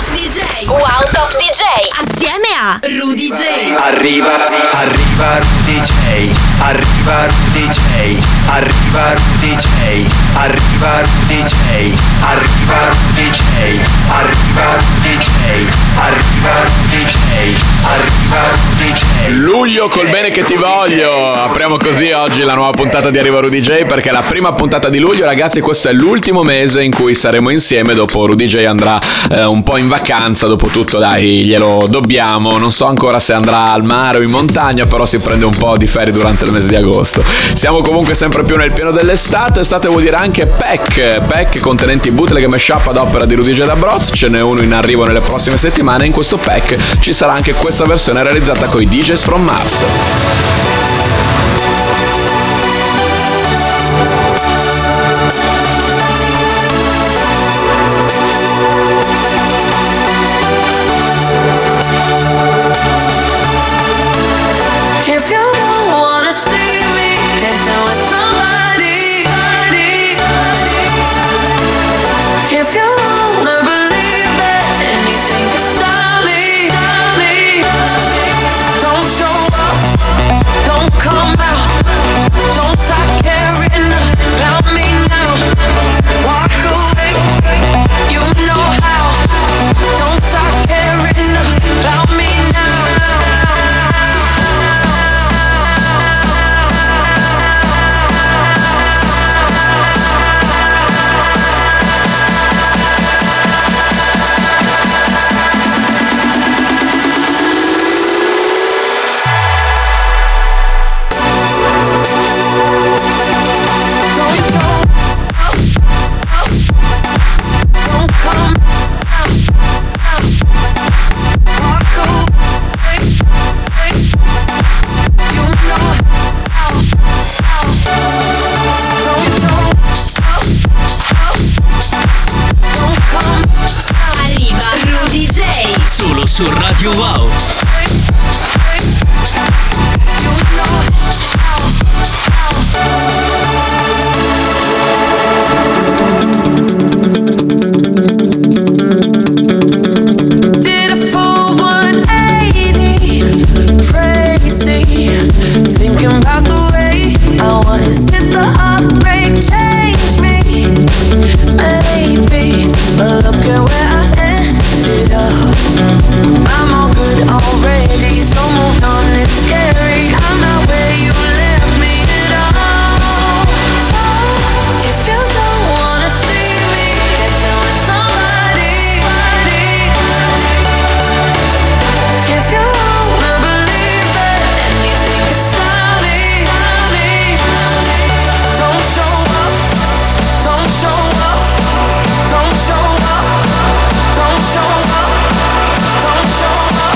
Top DJ. Wow Top DJ. Assieme a Rudy J. Arriva Rudy J. Arriva Rudy J. Arriva Rudy J. Arriva Rudy J. Arriva Rudy J. Arriva Rudy J. Arriva Rudy J. Arriva Rudy J. Luglio col bene che ti voglio. Apriamo così oggi la nuova puntata di Arriva Rudy J, perché è la prima puntata di luglio, ragazzi. Questo è l'ultimo mese in cui saremo insieme. Dopo Rudy J andrà un po' in vacanza. Dopo tutto, dai, glielo dobbiamo. Non so ancora se andrà al mare o in montagna, però si prende un po' di ferie durante il mese di agosto. Siamo comunque sempre più nel pieno dell'estate. Estate vuol dire anche pack contenenti bootleg e mashup ad opera di Rudy J da Bros. Ce n'è uno in arrivo nelle prossime settimane. In questo pack ci sarà anche questa versione realizzata con i DJs from Mars. If you don't wanna see me dancing with somebody, if you wanna believe that anything can stop me, don't show up, don't come out, don't stop caring about me now. Walk away, you know how. Don't stop caring about me now. Su Radio Wow. Did a full 180, crazy, thinking about the way I was. Did the heartbreak change me? Maybe, but look at where I ended up. I'm all good already, so moved on, it's scary. I'm not where you left me at all. So, if you don't wanna see me dancing with somebody, if you wanna believe that anything can stop me, don't show up, don't show up, don't show up, don't show up, don't show up.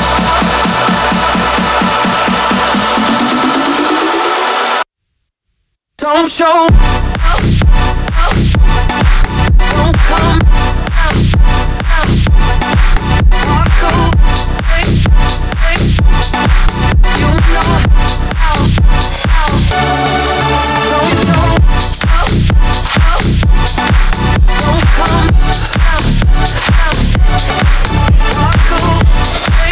Don't show up, don't come out, walk away, you know how. Don't show up, don't come out, walk away,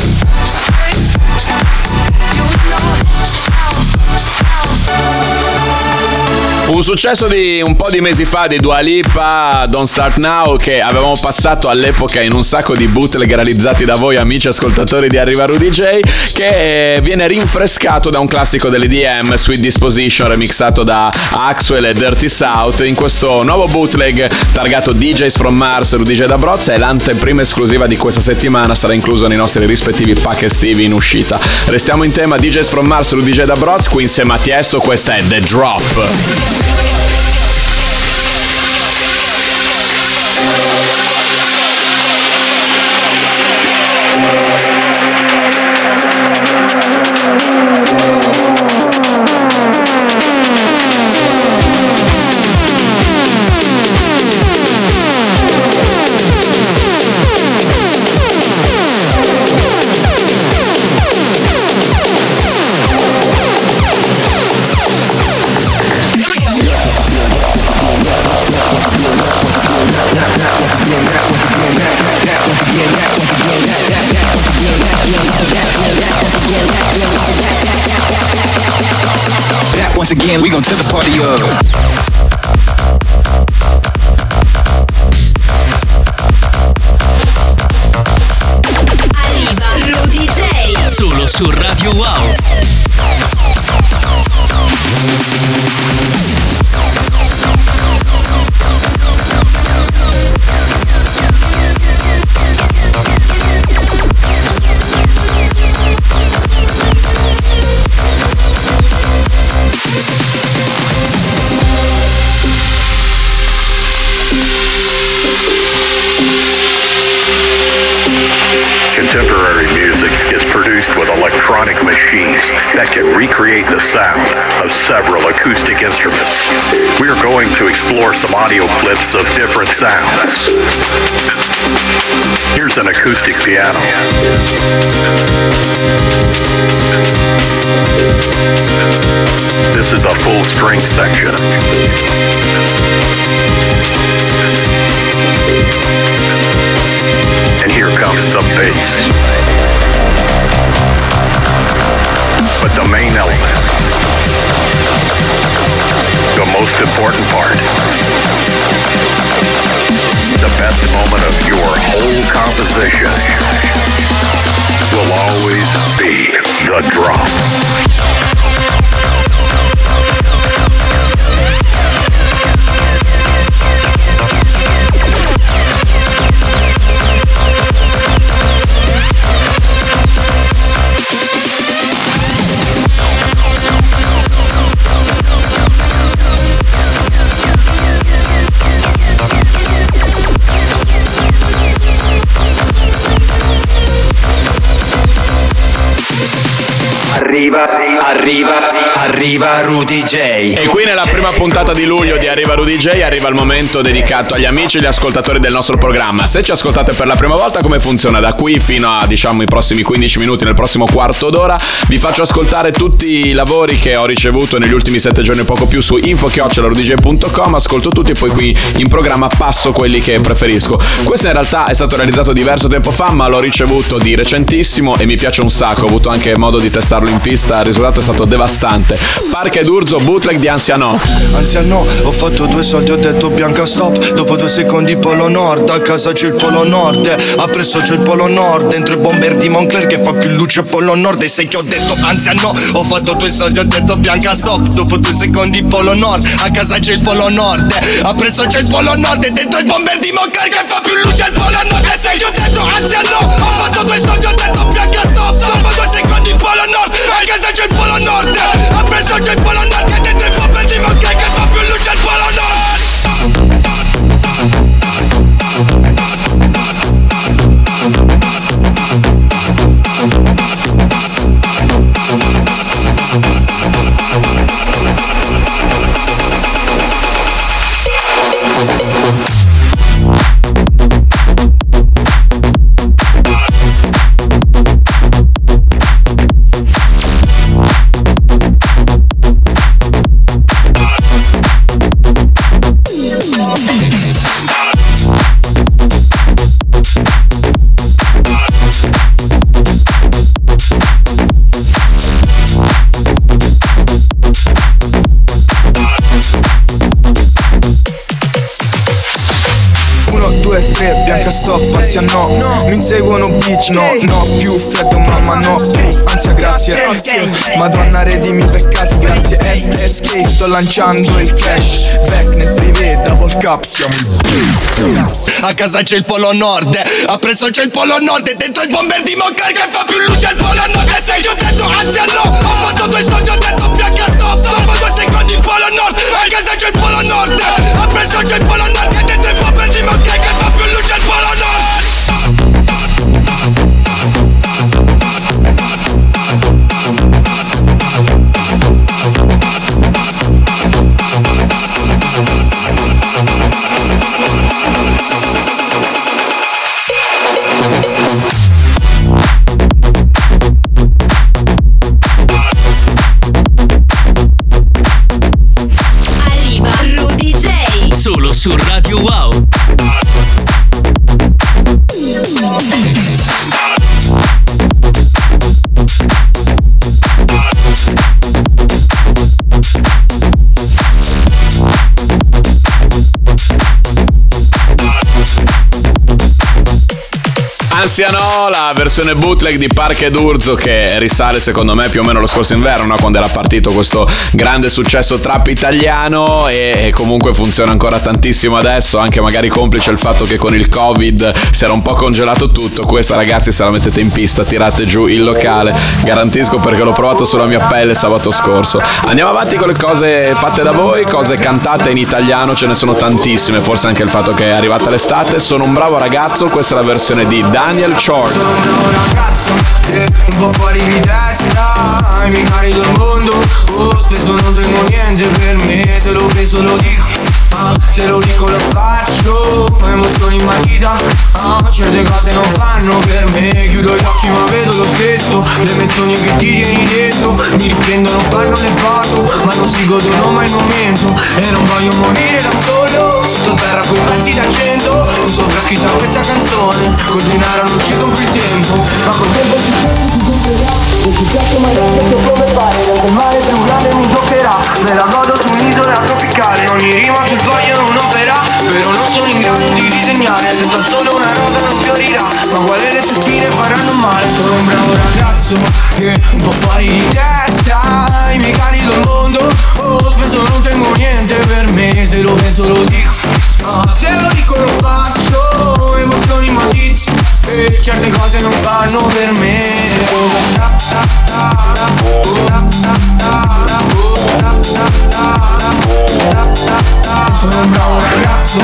you know how. Un successo di un po' di mesi fa di Dua Lipa, Don't Start Now, che avevamo passato all'epoca in un sacco di bootleg realizzati da voi amici ascoltatori di Arriva Rudy J, che viene rinfrescato da un classico dell'EDM, Sweet Disposition, remixato da Axwell e Dirty South in questo nuovo bootleg targato DJs from Mars, Rudy J da Bros. È l'anteprima esclusiva di questa settimana, sarà incluso nei nostri rispettivi pack estivi in uscita. Restiamo in tema DJs from Mars, Rudy J da Bros. Qui insieme a Tiesto, questa è The Drop. once again, we gon' tear the party up. Arriva Rudy J. Solo su Radio Wow. Contemporary music is produced with electronic machines that can recreate the sound of several acoustic instruments. We are going to explore some audio clips of different sounds. Here's an acoustic piano. This is a full string section. And here comes the bass. But the main element, the most important part, the best moment of your whole composition will always be the drop. Arriva Rudy J. E qui nella prima puntata di luglio di Arriva Rudy J arriva il momento dedicato agli amici e agli ascoltatori del nostro programma. Se ci ascoltate per la prima volta, come funziona? Da qui fino a i prossimi 15 minuti, nel prossimo quarto d'ora, vi faccio ascoltare tutti i lavori che ho ricevuto negli ultimi 7 giorni o poco più su info@rudj.com. Ascolto tutti e poi qui in programma passo quelli che preferisco. Questo in realtà è stato realizzato diverso tempo fa, ma l'ho ricevuto di recentissimo e mi piace un sacco. Ho avuto anche modo di testarlo in pista, il risultato è stato devastante. Parca ed Urzo, bootleg di Anziano. Anziano, ho fatto 2 soldi, ho detto Bianca stop. Dopo 2 secondi Polo Nord, a casa c'è il Polo Nord, appresso c'è il Polo Nord, dentro i bomber di Moncler che fa più luce Polo Nord. E sai che ho detto anziano, ho fatto 2 soldi, ho detto Bianca stop. Dopo 2 secondi Polo Nord, a casa c'è il Polo Nord, appresso c'è il Polo Nord, e dentro i bomber di Moncler che fa più luce al Polo Nord. E sai che ho detto anziano, ho fatto 2 soldi, ho detto Bianca stop. Dopo 2 secondi Polo Nord, a casa c'è il Polo Nord, appresso c'è il Polo Nord, e dentro i bomber di Moncler che fa più luce al Polo Nord. Bianca stop, ansia no, mi inseguono bitch, no, più freddo mamma no, ansia grazie, Madonna redimi i peccati grazie, SK sto lanciando il cash, back nel privé, double cup, siamo il a casa c'è il Polo Nord, appresso c'è il Polo Nord, e dentro il bomber di Moncler che fa più luce al Polo Nord. E sai che ho detto ansia no, ho fatto 2 soldi, ho detto Bianca stop. Dopo 2 secondi il Polo Nord, a casa c'è il Polo Nord, appresso c'è il Polo Nord, e dentro il bomber di Moncler che fa più luce al Polo Nord. Arriva Rudy J. Solo su Radio Wow. Ansia no, la versione bootleg di Parque d'Urzo che risale secondo me più o meno lo scorso inverno, no? Quando era partito questo grande successo trap italiano e comunque funziona ancora tantissimo adesso, anche magari complice il fatto che con il Covid si era un po' congelato tutto. Questa, ragazzi, se la mettete in pista tirate giù il locale, garantisco, perché l'ho provato sulla mia pelle sabato scorso. Andiamo avanti con le cose fatte da voi, cose cantate in italiano, ce ne sono tantissime, forse anche il fatto che è arrivata l'estate. Sono un bravo ragazzo, questa è la versione di Daniel Chord. Sono un bravo ragazzo, un po' fuori di testa, mi carico il mondo, spesso non tengo niente per me, se lo penso lo dico, se lo dico lo faccio, emozioni in matita, certe cose non fanno per me, chiudo gli occhi ma vedo lo stesso, le menzogne che ti tieni dentro, mi riprendono, fanno le foto, ma non si godono mai il momento, e non voglio morire da solo, sottoterra coi pezzi d'argento, sopra scritta questa canzone, col denaro non ci compri il tempo, ma col tempo si comprerà, non ci piace mai so come fare, nel mare tremolare mi toccherà, me la godo su un'isola tropicale, ogni rima sul foglio è un'opera, però non sono in grado di disegnare, senza solo una rosa non fiorirà, ma quale le sue spine faranno male, sono un bravo ragazzo, che un po' fuori di testa, i miei cari del mondo, spesso non tengo niente per me, se lo penso lo dico, se lo dico lo faccio, emozioni in matita, e certe cose non fanno per me. Sono un bravo ragazzo,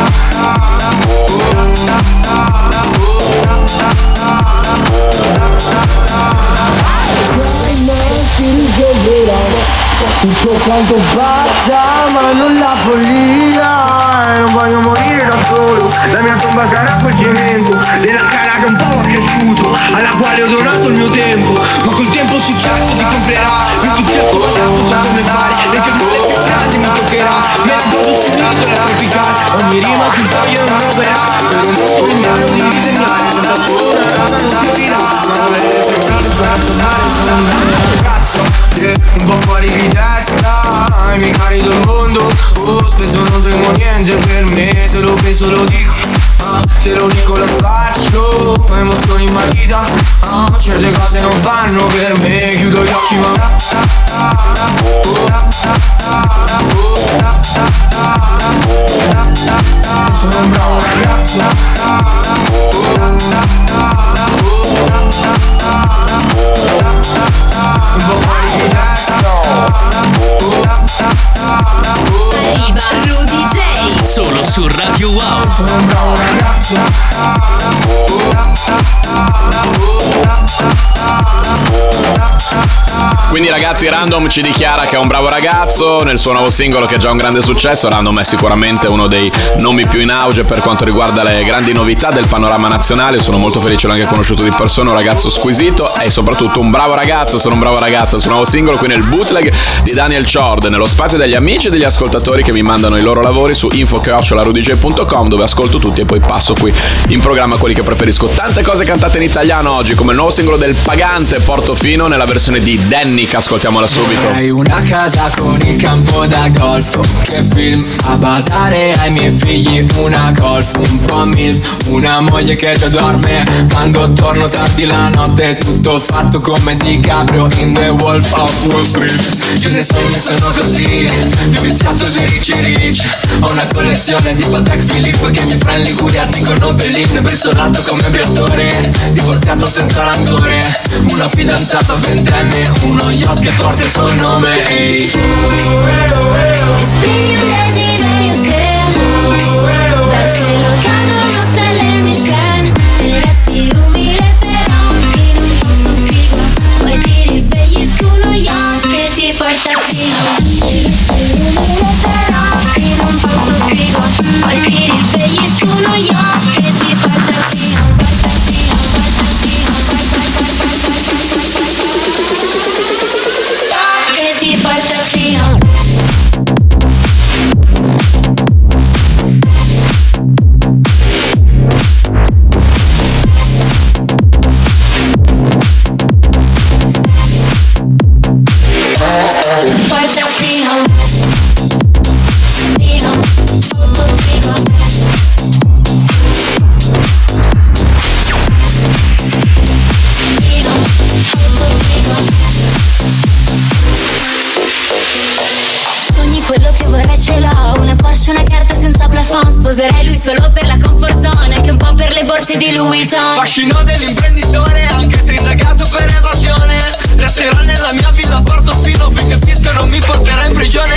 tutto quanto passa ma non la follia, non voglio morire da solo, la mia tomba sarà quel cemento della cara che un po' ho cresciuto, alla quale ho donato il mio tempo, ma col tempo si chiama ti comprerà, per tutti accomodato so come fare, le chiamate più grandi mi toccherà, me la godo studiato la tropicale, ogni rima sul taglio è un'opera, per un mondo in grado di disegnare, senza solo una rana non capirà, ma non è sembrato per tornare, sono un grande ragazzo, un po' fuori di testa, i miei cari del mondo, spesso non tengo niente per me, se lo penso lo dico, se lo dico lo faccio, emozioni in matita, certe cose non fanno per me, chiudo gli occhi ma sono un bravo ragazzo, un po' fuori di testa. Arriva Rudy J. Solo su Radio Wow. Sono un bravo ragazzo. Quindi ragazzi, Random ci dichiara che è un bravo ragazzo nel suo nuovo singolo che è già un grande successo. Random è sicuramente uno dei nomi più in auge per quanto riguarda le grandi novità del panorama nazionale. Sono molto felice, l'ho anche conosciuto di persona, un ragazzo squisito e soprattutto un bravo ragazzo. Sono un bravo ragazzo, il suo nuovo singolo qui nel bootleg di Daniel Chord, nello spazio degli amici e degli ascoltatori che mi mandano i loro lavori su info@rudj.com, dove ascolto tutti e poi passo qui in programma quelli che preferisco. Tante cose cantate in italiano oggi, come il nuovo singolo del Pagante, Portofino, nella versione di Danny, che ascoltiamola subito. Vorrei una casa con il campo da golf, che film a badare ai miei figli, una golf, un po' milf, una moglie che già dorme quando torno tardi la notte, tutto fatto come DiCaprio in The Wolf of Wall Street. Io nei sogni sono così, più viziato di Rich, ho una collezione di Patek Philippe che mi fra in Liguria dicono Bellin, brizzolato come Briatore, divorziato senza rancore, una fidanzata ventenne, uno yacht che porta il suo nome. Esprimi un desiderio se dal cielo cadono stelle Michelin, se resti umile però in un posto figo, poi ti risvegli su uno yacht che ti porta fino. Umile però in un posto figo, poi ti risvegli su uno yacht che ti porta fino, porta fino, porta fino, che ti porta fino. sposerei lui solo per la comfort zone, anche un po' per le borse di Louis Vuitton. Fascino dell'imprenditore, anche se indagato per evasione. Resterò nella mia villa a Portofino finché il fisco non mi porterà in prigione.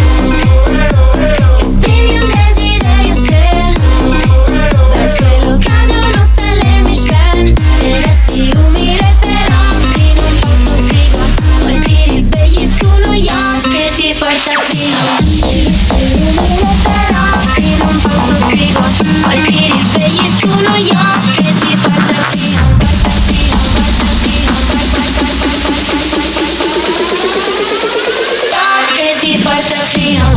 Esprimi un desiderio se dal cielo cadono stelle Michelin e resti umile però in un posto figo. Poi ti risvegli su uno yacht che ti porta fino. Umile però in un posto figo. Poi ti risvegli su uno yacht che ti porta fino. Che ti porta fino.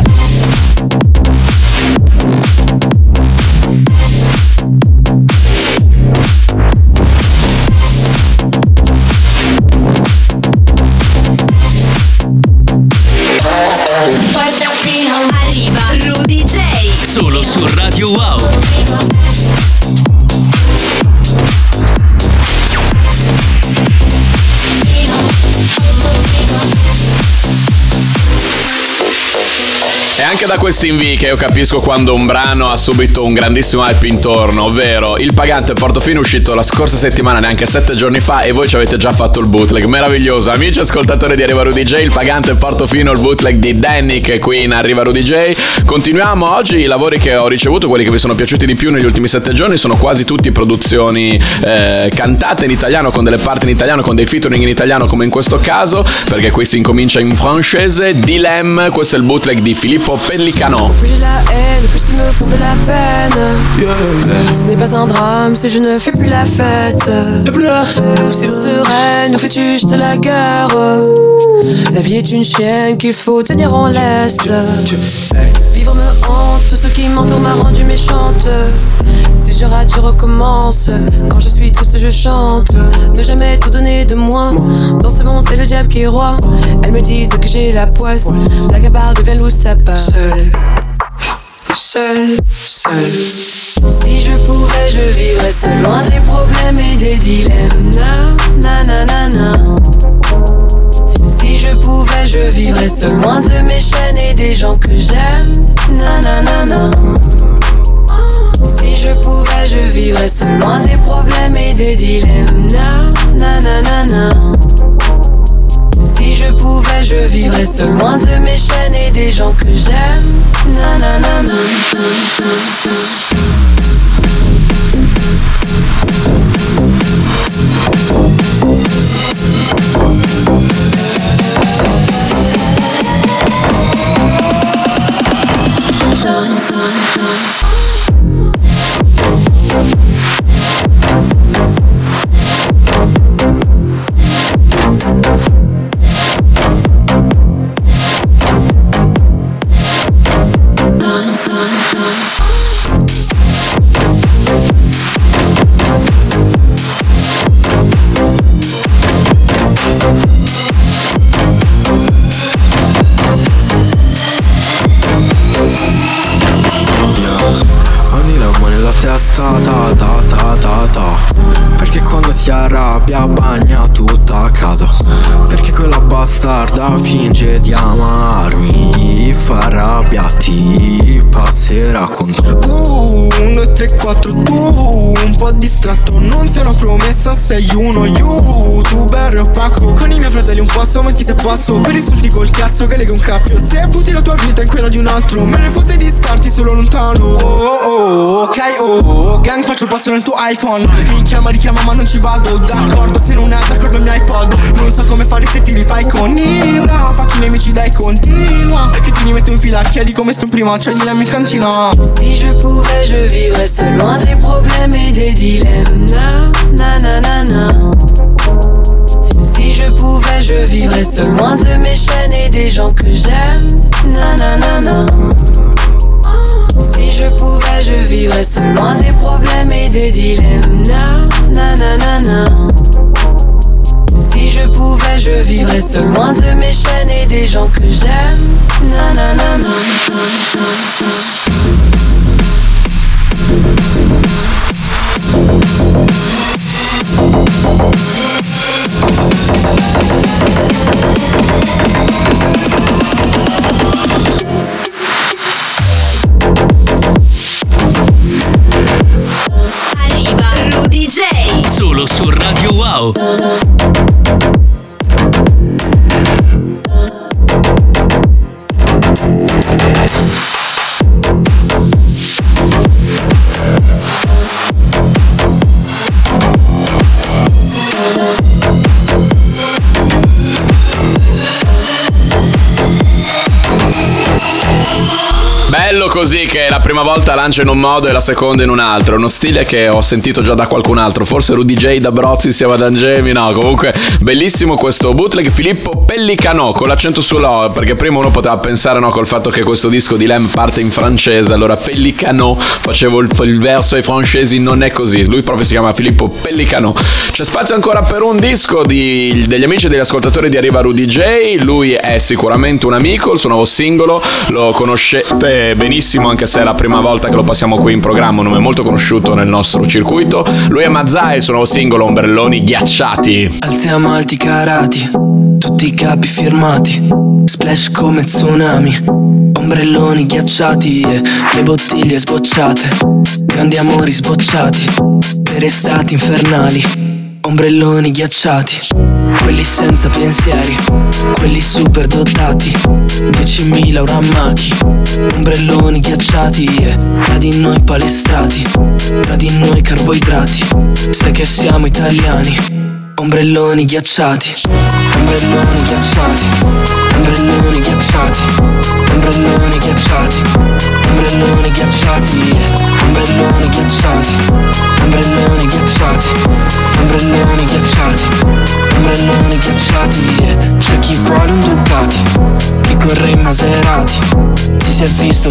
Porta fino. Arriva Rudy J. Solo su Radio Wow. E anche da questi invii che io capisco quando un brano ha subito un grandissimo hype intorno, ovvero Il Pagante Portofino, uscito la scorsa settimana, neanche 7 giorni fa, e voi ci avete già fatto il bootleg, meraviglioso. Amici ascoltatori di Arriva Rudy J, Il Pagante Portofino, il bootleg di Danny che è qui in Arriva Rudy J. Continuiamo oggi. I lavori che ho ricevuto, quelli che vi sono piaciuti di più negli ultimi 7 giorni, sono quasi tutti produzioni cantate in italiano, con delle parti in italiano, con dei featuring in italiano come in questo caso, perché qui si incomincia in francese. Dilemme, questo è il bootleg di Filippo Pellicano. Plus j'ai la haine, plus ils me font de la peine. Ce n'est pas un drame si je ne fais plus la fête. Ou s'il serait, nous fais-tu juste la guerre. La vie est une chienne qu'il faut tenir en laisse. Vivre me hante, tout ce qui m'entoure m'a rendu méchante. Si je rate, je recommence. Quand je suis triste, je chante. Ne jamais tout donner de moi. Dans ce monde, c'est le diable qui est roi. Elles me disent que j'ai la poisse. La gabarre devient loup, ça part. Seul. Si je pouvais, je vivrais seul, loin des problèmes et des dilemmes. Na, na, na, na, na. Si je pouvais, je vivrais seul, loin de mes chaînes et des gens que j'aime. Na, na, na, na. Si je pouvais, je vivrais seul, loin des problèmes et des dilemmes. Na, na, na, na, na. Si je pouvais, je vivrais seul, loin de mes chaînes et des gens que j'aime. Na, na, na, na. Perché quando si arrabbia bagna tutta casa. Perché quella bastarda finge di amarmi. Fa arrabbiati, passerà con te. 1, 2, 3, 4, tu un po' distratto, non sei una promessa, sei uno youtuber opaco. Con i miei fratelli un passo avanti se passo. Per insulti col cazzo che lega un cappio. Se butti la tua vita in quella di un altro, me ne fotte di starti solo lontano. Ok, gang, faccio il passo nel tuo iPhone. Mi chiama, richiama ma non ci vado d'accordo. Se non è d'accordo il mio iPod, non so come fare se ti rifai con Ibra. Fatti i nemici dai, continua, che ti rimetto in fila, chiedi come sto prima, c'è di la mia cantina. Si je pouvais, je vivrais seul, loin des problèmes et des dilemmes. Na, na, na, na, na. Si je pouvais, je vivrais seul, loin de mes chaînes et des gens que j'aime. Na, na, na, na. Si je pouvais, je vivrais seul, loin des problèmes et des dilemmes. Na, na, na, na, na. Si je pouvais, je vivrais seul, loin de mes chaînes et des gens que j'aime. Na, na, na, na. su Radio Wow. Bello così, che la prima volta lancia in un modo e la seconda in un altro. Uno stile che ho sentito già da qualcun altro, forse Rudy J da Brozzi insieme ad Angemi. No, comunque bellissimo questo bootleg. Filippo Pellicano con l'accento sull'O, perché prima uno poteva pensare, no, col fatto che questo disco di Lem parte in francese, allora Pellicano, facevo il verso ai francesi, non è così, lui proprio si chiama Filippo Pellicano. C'è spazio ancora per un disco degli amici e degli ascoltatori di Arriva Rudy J. Lui è sicuramente un amico, il suo nuovo singolo lo conoscete benissimo, anche se è la prima volta che lo passiamo qui in programma, un nome molto conosciuto nel nostro circuito. Lui è Mazzai, il suo nuovo singolo Ombrelloni Ghiacciati. Alziamo alti carati, tutti i capi firmati, splash come tsunami, ombrelloni ghiacciati e le bottiglie sbocciate, grandi amori sbocciati per estati infernali. Ombrelloni ghiacciati, quelli senza pensieri, quelli super dotati, 10.000 uramaki. Ombrelloni ghiacciati e tra di noi palestrati, tra di noi carboidrati, sai che siamo italiani. Ombrelloni ghiacciati, ombrelloni ghiacciati, ombrelloni ghiacciati, ombrelloni ghiacciati, ombrelloni ghiacciati, ombrelloni ghiacciati, ombrelloni ghiacciati, ombrelloni ghiacciati, ombrelloni ghiacciati. C'è chi vuole un Ducati, chi corre in Maserati, chi si è visto,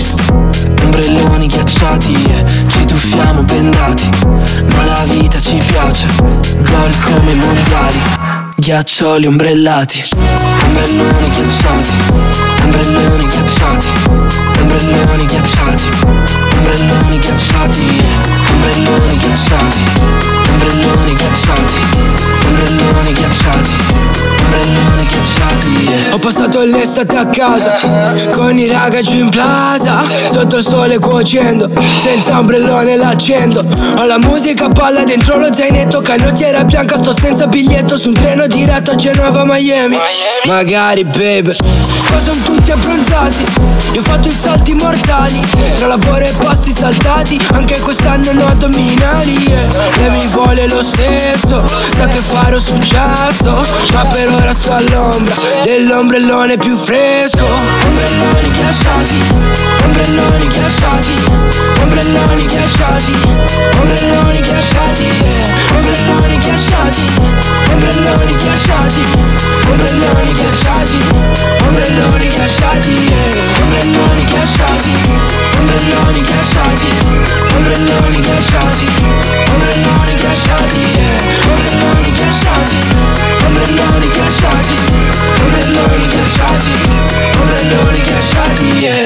ombrelloni ghiacciati e ci tuffiamo bendati, ma la vita ci piace, gol come i mondiali, ghiaccioli ombrellati, ombrelloni ghiacciati, ombrelloni ghiacciati, ombrelloni ghiacciati, ombrelloni ghiacciati, ombrelloni ghiacciati, ombrelloni ghiacciati, ombrelloni ghiacciati, ombrelloni ghiacciati. Ho passato l'estate a casa con i ragazzi in plaza, sotto il sole cuocendo, senza ombrellone l'accendo. Ho la musica a palla dentro lo zainetto, canottiera bianca, sto senza biglietto su un treno diretto a Genova, Miami. Magari baby, qua sono tutti abbronzati, io ho fatto i salti mortali, tra lavoro e pasti saltati, anche quest'anno no addominali. Lei mi vuole lo stesso, sa che farò successo, ma per ora sto all'ombra dell'ombrellone più fresco. Ombrelloni ghiacciati, ombrelloni ghiacciati, ombrelloni ghiacciati, ombrelloni ghiacciati, ombrelloni ghiacciati, ombrelloni ghiacciati, ombrelloni ghiacciati, ombrelloni ghiacciati, ombrelloni ghiacciati, ombrelloni ghiacciati, ombrelloni ghiacciati, ombrelloni ghiacciati, ombrelloni ghiacciati, ombrelloni ghiacciati, ombrelloni ghiacciati, ombrelloni ghiacciati.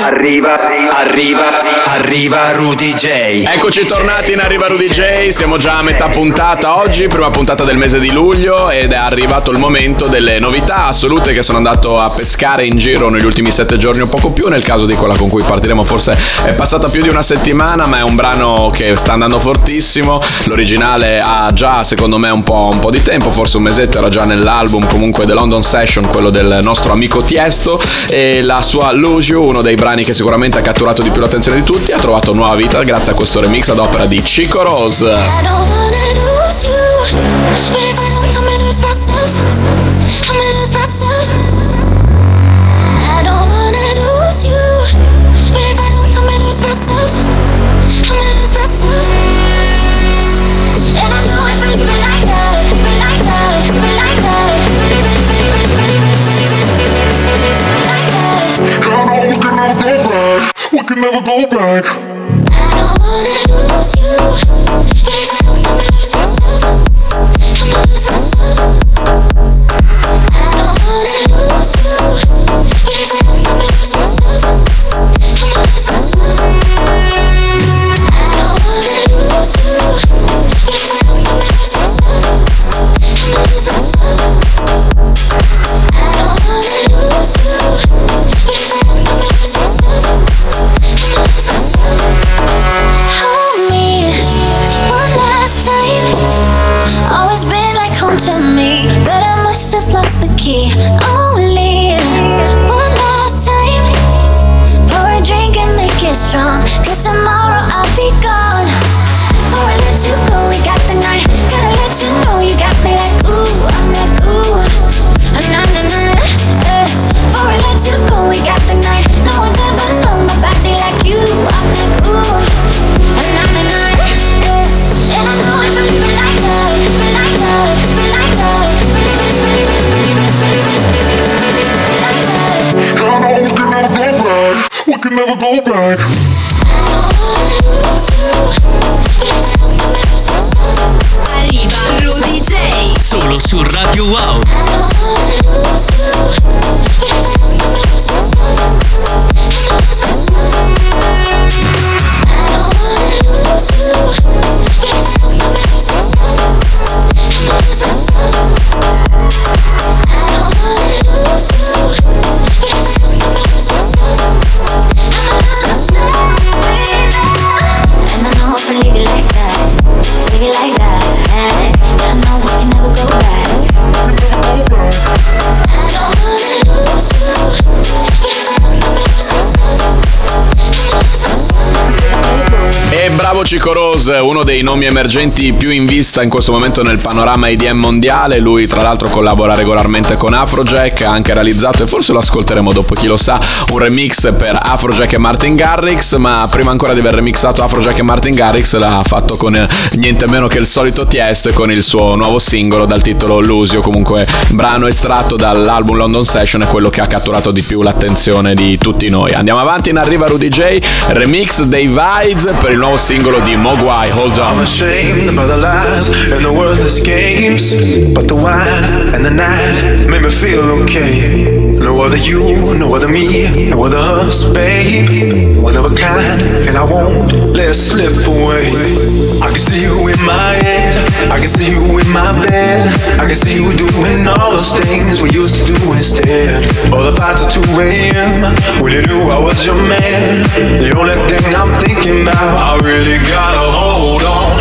Arriva Rudy J. Eccoci tornati in Arriva Rudy J, siamo già a metà puntata oggi, prima puntata del mese di luglio, ed è arrivato il momento delle novità assolute che sono andato a pescare in giro negli ultimi 7 giorni o poco più. Nel caso di quella con cui partiremo forse è passata più di una settimana, ma è un brano che sta andando fortissimo. L'originale ha già secondo me un po' di tempo, forse un mesetto, era già nell'album comunque The London Session, quello del nostro amico Tiesto, e la sua Lose You, uno dei brani che sicuramente ha catturato di più l'attenzione di tutti, ha trovato nuova vita grazie a questo remix ad opera di Chico Rose. I don't wanna lose you, but if I don't, I'ma lose myself. I'ma lose myself. I don't wanna lose you, but if I don't, I'ma lose myself. I'ma lose myself. And I know if I leave it like that, like that, like that, like that. We can never go back. I don't wanna lose you, but if I don't, I'ma lose myself. I'ma lose myself. I don't wanna lose you, but if I don't, I'ma lose myself. I'ma lose myself. I don't wanna lose you, but if I don't, I'ma lose myself. I'ma lose myself. I don't wanna lose you, but if I don't, I'ma lose myself. I'ma lose myself. key only. One last time, pour a drink and make it strong, 'cause tomorrow I'll be gone. Before I let you go, we got the night. Gotta let you know you got me like ooh, I'm like ooh, na na na. Before I let you go, we got the night. No one's ever known my body like you. I'm like ooh, na na na. And I know it's a little bit like that, bit like that, bit like that. I know we can never go back. We can never go back. Arriva Rudy J. Solo su Radio Wow. Bravo Chico Rose, uno dei nomi emergenti più in vista in questo momento nel panorama EDM mondiale. Lui tra l'altro collabora regolarmente con Afrojack, ha anche realizzato, e forse lo ascolteremo dopo, chi lo sa, un remix per Afrojack e Martin Garrix. Ma prima ancora di aver remixato Afrojack e Martin Garrix l'ha fatto con niente meno che il solito Tiesto e con il suo nuovo singolo dal titolo Lusio, comunque brano estratto dall'album London Session, è quello che ha catturato di più l'attenzione di tutti noi. Andiamo avanti, in arriva Rudy J, remix dei Vibes per il nuovo singolo di Mogwai, Hold On. I'm ashamed about the lies and the worthless games, but the wine and the night made me feel okay. No other you, no other me, no other us, babe. One of a kind, and I won't let it slip away. I can see you in my head, I can see you in my bed, I can see you doing all those things we used to do instead. All the fights at 2 a.m. when you knew I was your man. The only thing I'm thinking about, I really gotta hold on.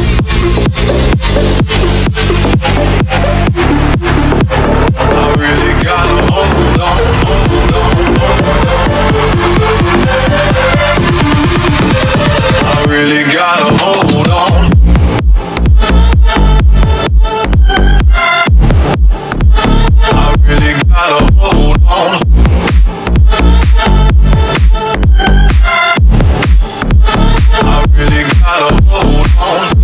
I really gotta hold on, hold on, hold on. I really gotta hold on. I really gotta hold on. I really gotta hold on.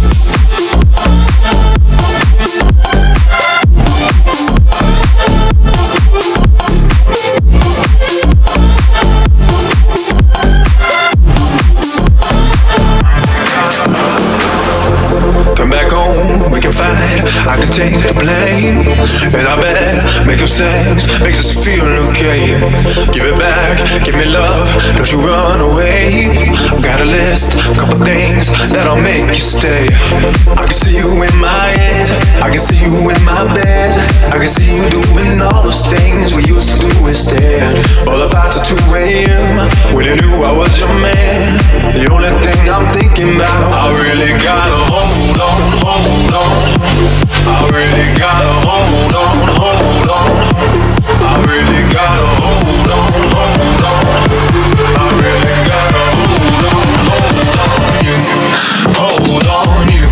Come back home, we can fight, I can take the blame. And I bet making sex makes us feel okay. Give it back, give me love, don't you run away. Got a list, couple things that'll make you stay. I can see you in my head, I can see you in my bed, I can see you doing all those things we used to do instead. All the fights at 2 a.m. when you knew I was your man. The only thing I'm thinking about, I really gotta hold on, hold on. I really gotta hold on, hold on. I really gotta hold on, hold on. I really gotta hold on, hold on you, hold on you.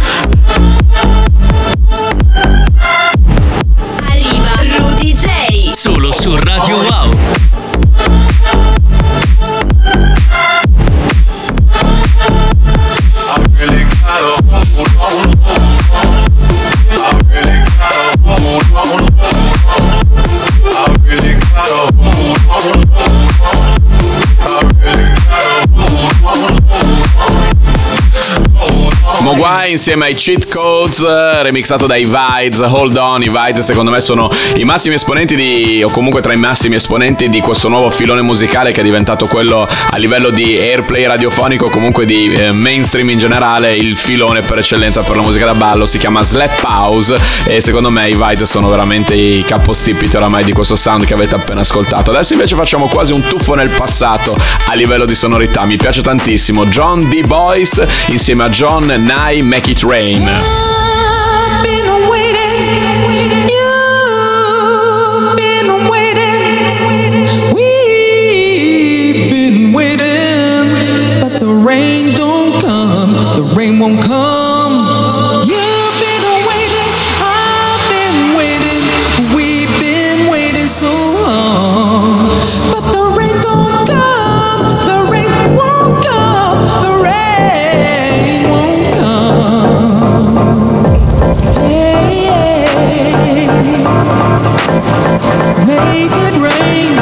Arriva Rudy J. Solo su Radio Wow. I really gotta hold on, hold on. I really gotta hold on, I really gotta hold on, I really gotta hold on. Mogwai insieme ai Cheat Codes, remixato dai Vides, Hold On. I Vides secondo me sono i massimi esponenti o comunque tra i massimi esponenti di questo nuovo filone musicale che è diventato quello a livello di airplay radiofonico, comunque di mainstream in generale, il filone per eccellenza per la musica da ballo. Si chiama Slap House e secondo me i Vides sono veramente i capostipiti oramai di questo sound che avete appena ascoltato. Adesso invece facciamo quasi un tuffo nel passato a livello di sonorità, mi piace tantissimo John D. Boyce insieme a John Nye, Make It Rain. I've been waiting, you won't come. You've been waiting, I've been waiting, we've been waiting so long. But the rain don't come, the rain won't come, the rain won't come. Hey, hey. Make it rain.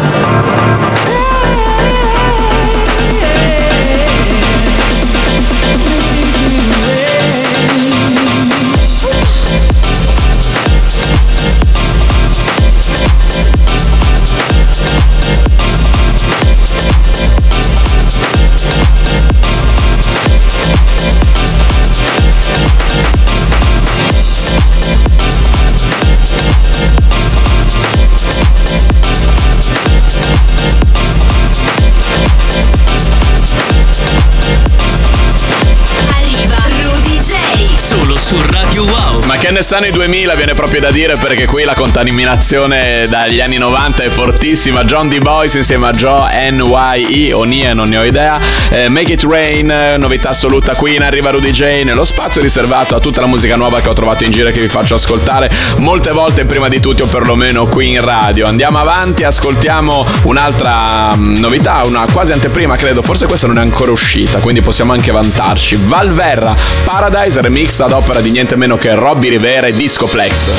Su Radio Wow. Ma che ne sanno i 2000, viene proprio da dire, perché qui la contaminazione dagli anni 90 è fortissima. John D. Boys insieme a Joe N.Y.E. o Nie, non ne ho idea. Make It Rain, novità assoluta qui in Arriva Rudy J, nello spazio riservato a tutta la musica nuova che ho trovato in giro e che vi faccio ascoltare molte volte prima di tutti, o perlomeno qui in radio. Andiamo avanti, ascoltiamo un'altra novità, una quasi anteprima credo, forse questa non è ancora uscita, quindi possiamo anche vantarci. Valverra, Paradise, remix ad opera di niente meno che Robbie Rivera e Discoplex.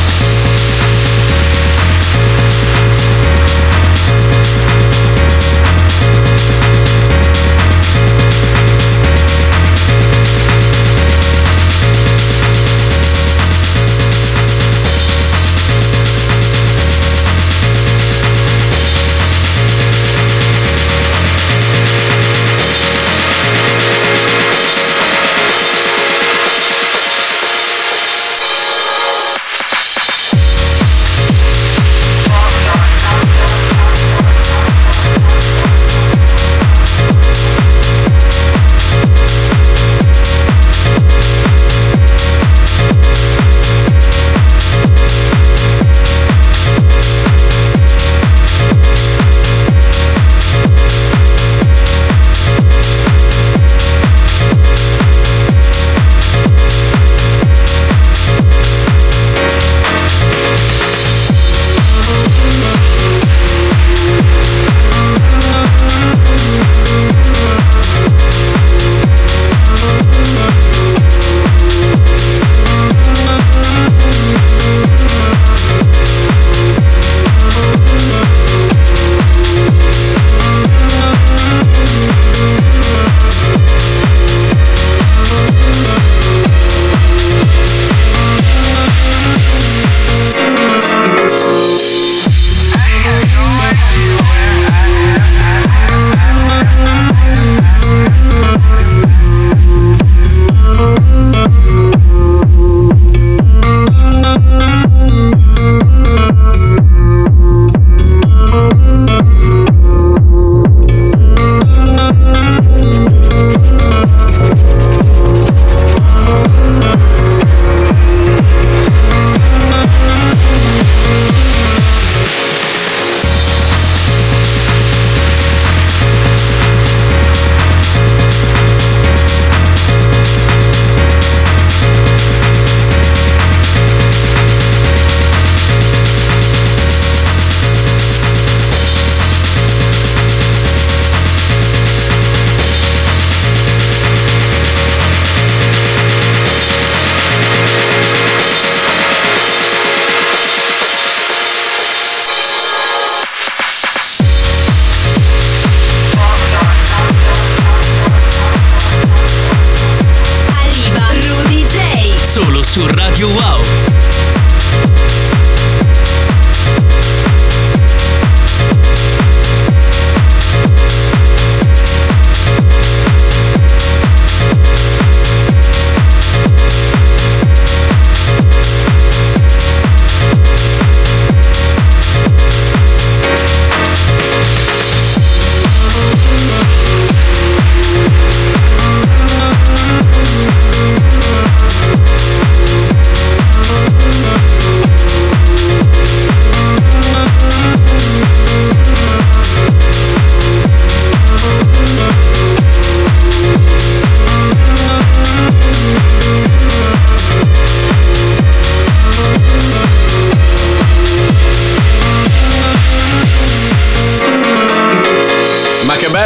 Su Radio Wow.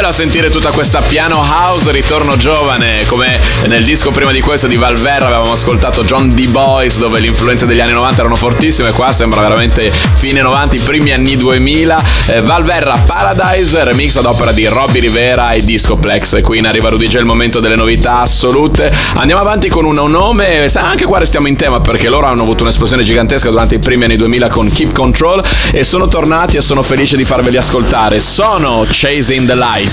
bello sentire tutta questa piano house, ritorno giovane, come nel disco prima di questo di Valverra avevamo ascoltato John D. Boys, dove le influenze degli anni 90 erano fortissime. Qua sembra veramente fine 90, primi anni 2000. Valverra Paradise, remix ad opera di Robbie Rivera e Discoplex. Qui in Arriva Rudy J, il momento delle novità assolute. Andiamo avanti con un nome, anche qua restiamo in tema, perché loro hanno avuto un'esplosione gigantesca durante i primi anni 2000 con Keep Control e sono tornati e sono felice di farveli ascoltare. Sono Chasing the Light.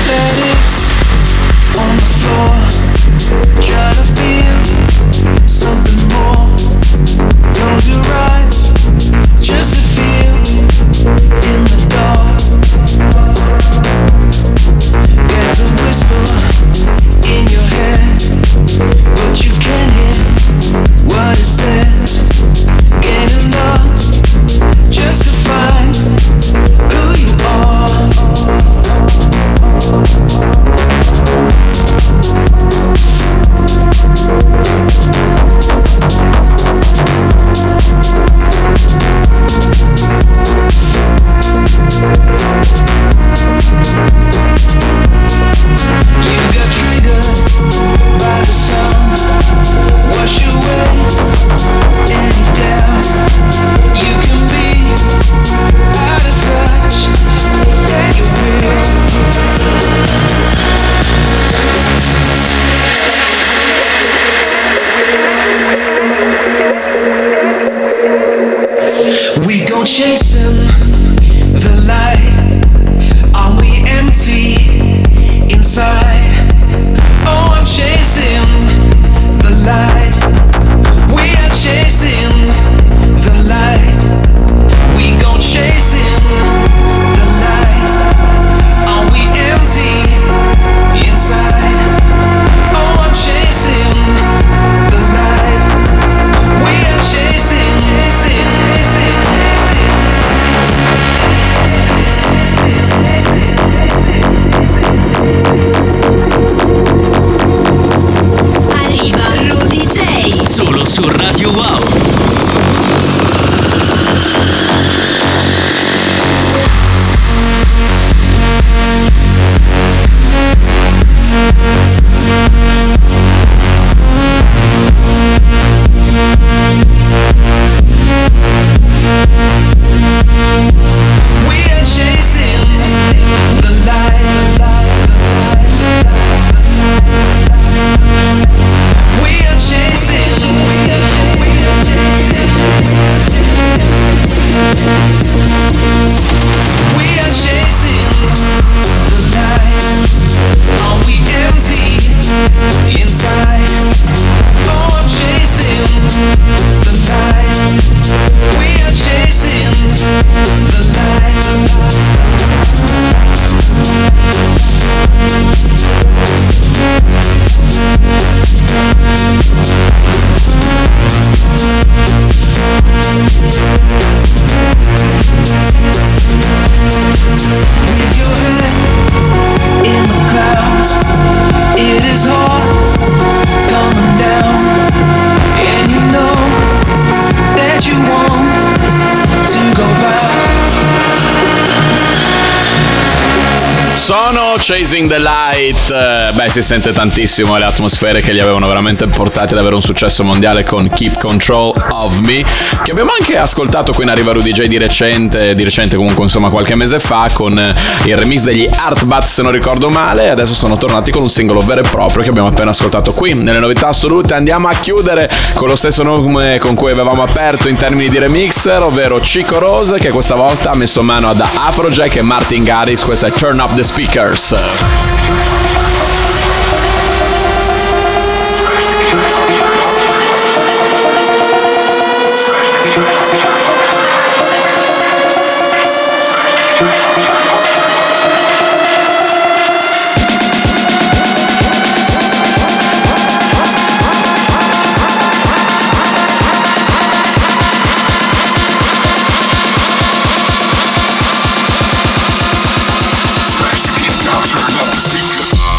Chasing the light, are we empty inside? Oh, I'm chasing the light. We are chasing the light. We gon' chasing the light. Are we empty inside? Oh, I'm chasing the light. We are chasing. Solo su Radio Wow. Sono Chasing the Light. Beh, si sente tantissimo le atmosfere che li avevano veramente portati ad avere un successo mondiale con Keep Control of Me, che abbiamo anche ascoltato qui in Arriva Rudy J di recente comunque, insomma, qualche mese fa, con il remix degli Artbat, se non ricordo male. Adesso sono tornati con un singolo vero e proprio che abbiamo appena ascoltato qui nelle novità assolute. Andiamo a chiudere con lo stesso nome con cui avevamo aperto in termini di remixer, ovvero Chico Rose, che questa volta ha messo mano ad Afrojack e Martin Garrix. Questa è Turn Up the Speakers. Turn up the speakers.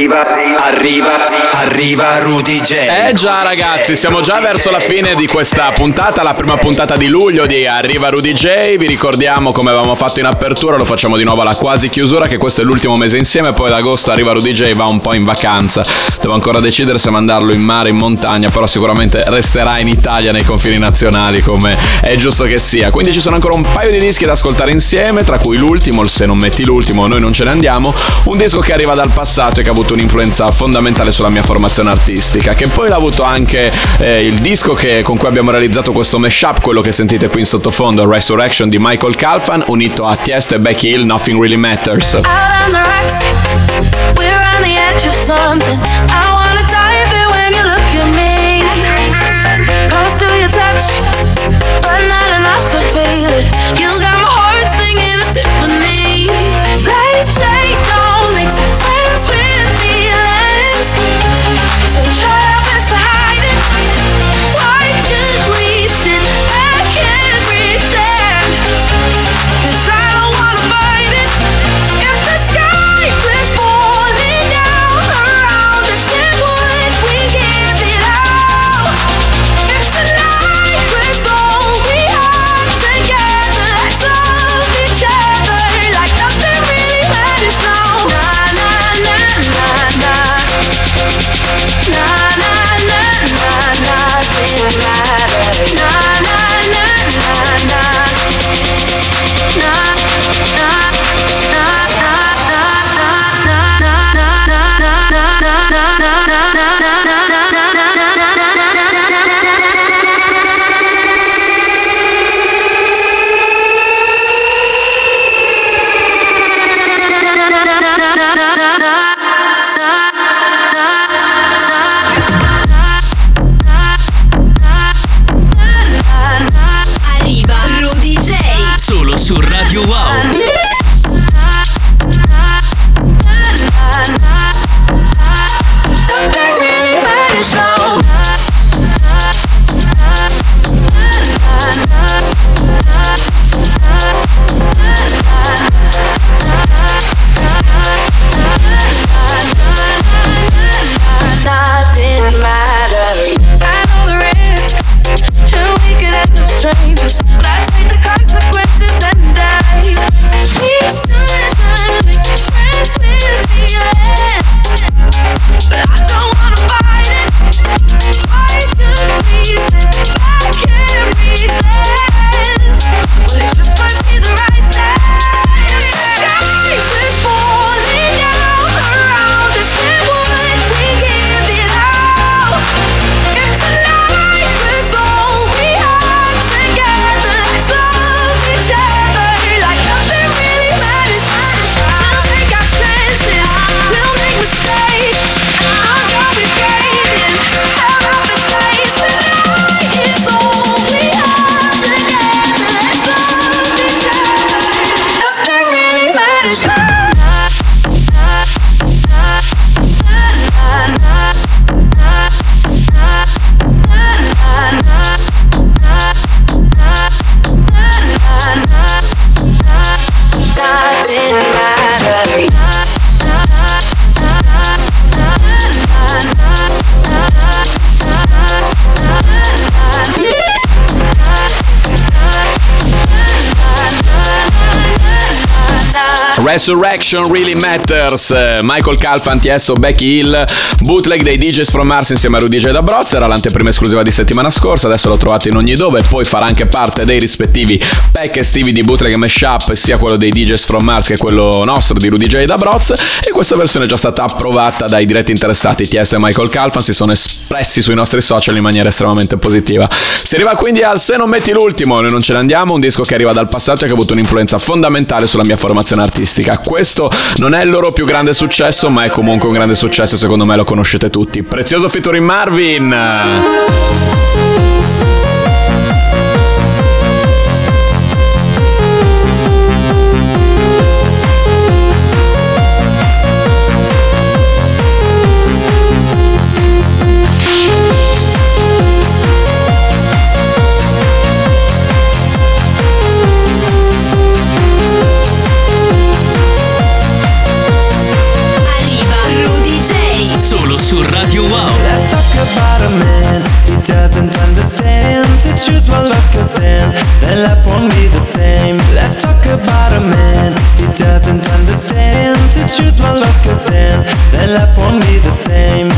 Arriva Rudy J. Già ragazzi, siamo già verso la fine di questa puntata, la prima puntata di luglio di Arriva Rudy J. Vi ricordiamo, come avevamo fatto in apertura, lo facciamo di nuovo alla quasi chiusura, che questo è l'ultimo mese insieme, poi ad agosto Arriva Rudy J va un po' in vacanza. Devo ancora decidere se mandarlo in mare, in montagna, però sicuramente resterà in Italia, nei confini nazionali, come è giusto che sia. Quindi ci sono ancora un paio di dischi da ascoltare insieme, tra cui l'ultimo, il Se non metti l'ultimo Noi non ce ne andiamo, un disco che arriva dal passato e che ha avuto un'influenza fondamentale sulla mia formazione artistica, che poi l'ha avuto anche il disco con cui abbiamo realizzato questo mashup, quello che sentite qui in sottofondo, Resurrection di Michael Calfan, unito a Tiesto e Becky Hill, Nothing Really Matters. Out on the rocks, we're on the edge of something. I wanna dive in when you look at me. Close to your touch, but not enough to feel it. You got my heart singing a symphony. They say don't mix friends with feelings, so try our best to hide it. Why should we sit back and pretend? 'Cause I don't wanna fight it. If the sky was falling down around us, then would we give it all? If tonight was all we had together, let's love each other like nothing really matters now. Na na na na na, na na na na, nothing matters. Na na na na na, na Arriva Rudy J. Solo su Radio Wow. nothing really matters now. Nothing matters. I know the risk, and we could end up strangers, but I take the consequences and die. We should mix friends with feelings, but I don't wanna fight it. Why should we sit back and pretend? Well, it just might be the right thing. If the sky was falling down around us, then would we give it all? If tonight was all we had together, let's love each other like nothing really matters. We'll take our chances, we'll make mistakes. Don't go be fading, out of the place. Tonight is all we have together, let's love each other. Nothing really matters. Nothing matters. Resurrection Really Matters, Michael Calfan, Tiesto, Becky Hill, bootleg dei DJs from Mars insieme a Rudy J da Broz, era l'anteprima esclusiva di settimana scorsa, adesso lo trovate in ogni dove, poi farà anche parte dei rispettivi pack estivi di bootleg e mashup, sia quello dei DJs from Mars che quello nostro di Rudy J da Broz, e questa versione è già stata approvata dai diretti interessati. Tiesto e Michael Calfan si sono espressi sui nostri social in maniera estremamente positiva. Si arriva quindi al Se non metti l'ultimo Noi non ce ne andiamo, un disco che arriva dal passato e che ha avuto un'influenza fondamentale sulla mia formazione artistica. Questo non è il loro più grande successo, ma è comunque un grande successo, secondo me lo conoscete tutti. Prezioso featuring Marvin. Arriva Rudy J. cause then life won't be the same. Let's talk about a man, he doesn't understand. To choose one love cause then life won't be the same.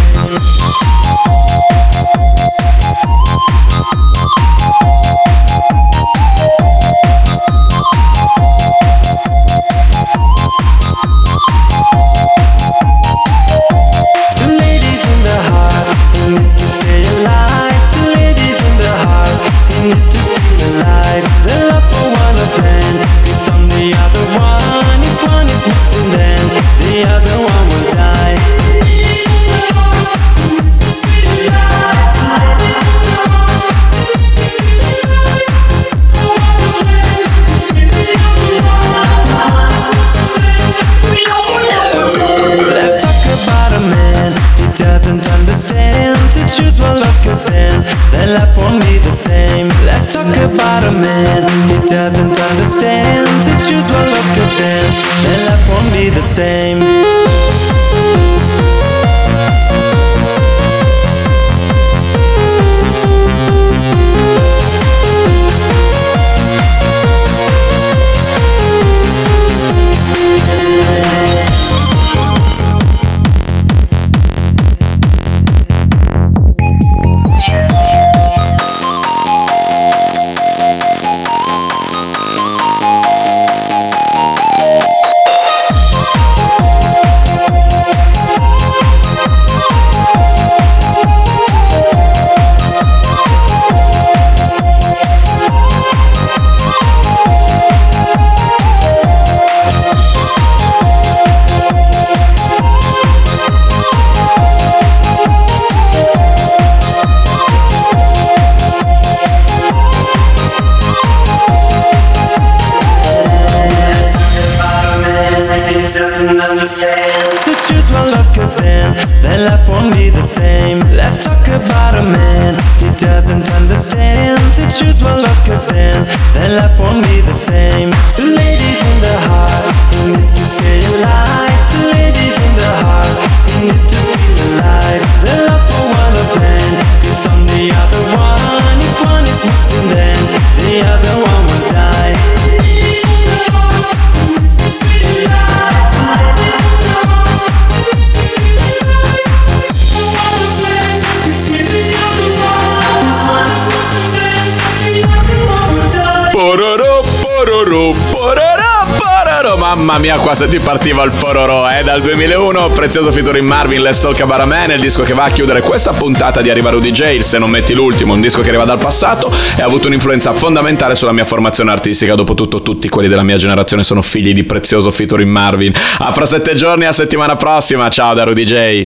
Two ladies in the heart, he needs to stay alive. Two ladies in the heart, he needs to feel alive. The love for one of them beats on the other one. If one is missing then the other one will die. Let's talk about a man, he doesn't understand. To choose one love cause then life won't be the same. Let's talk about a man, he doesn't understand. To choose one love cause then life won't be the same. To choose one love cause then life won't be the same. Let's talk about a man, he doesn't understand. To choose one love cause then life won't be the same. Two ladies in the heart, he needs to stay alive. Two ladies in the heart, he needs to feel alive. The love for one of them beats on the other one. If one is missing then the other one will die. Pororo, pororo, pororo, pororo. Mamma mia, qua se ti partiva il pororo, dal 2001, prezioso featuring Marvin, Let's Talk About a Man, il disco che va a chiudere questa puntata di Arriva Rudy J, il Se non metti l'ultimo, un disco che arriva dal passato e ha avuto un'influenza fondamentale sulla mia formazione artistica. Dopotutto tutti quelli della mia generazione sono figli di prezioso featuring Marvin. A fra 7 giorni, a settimana prossima, ciao da Rudy J.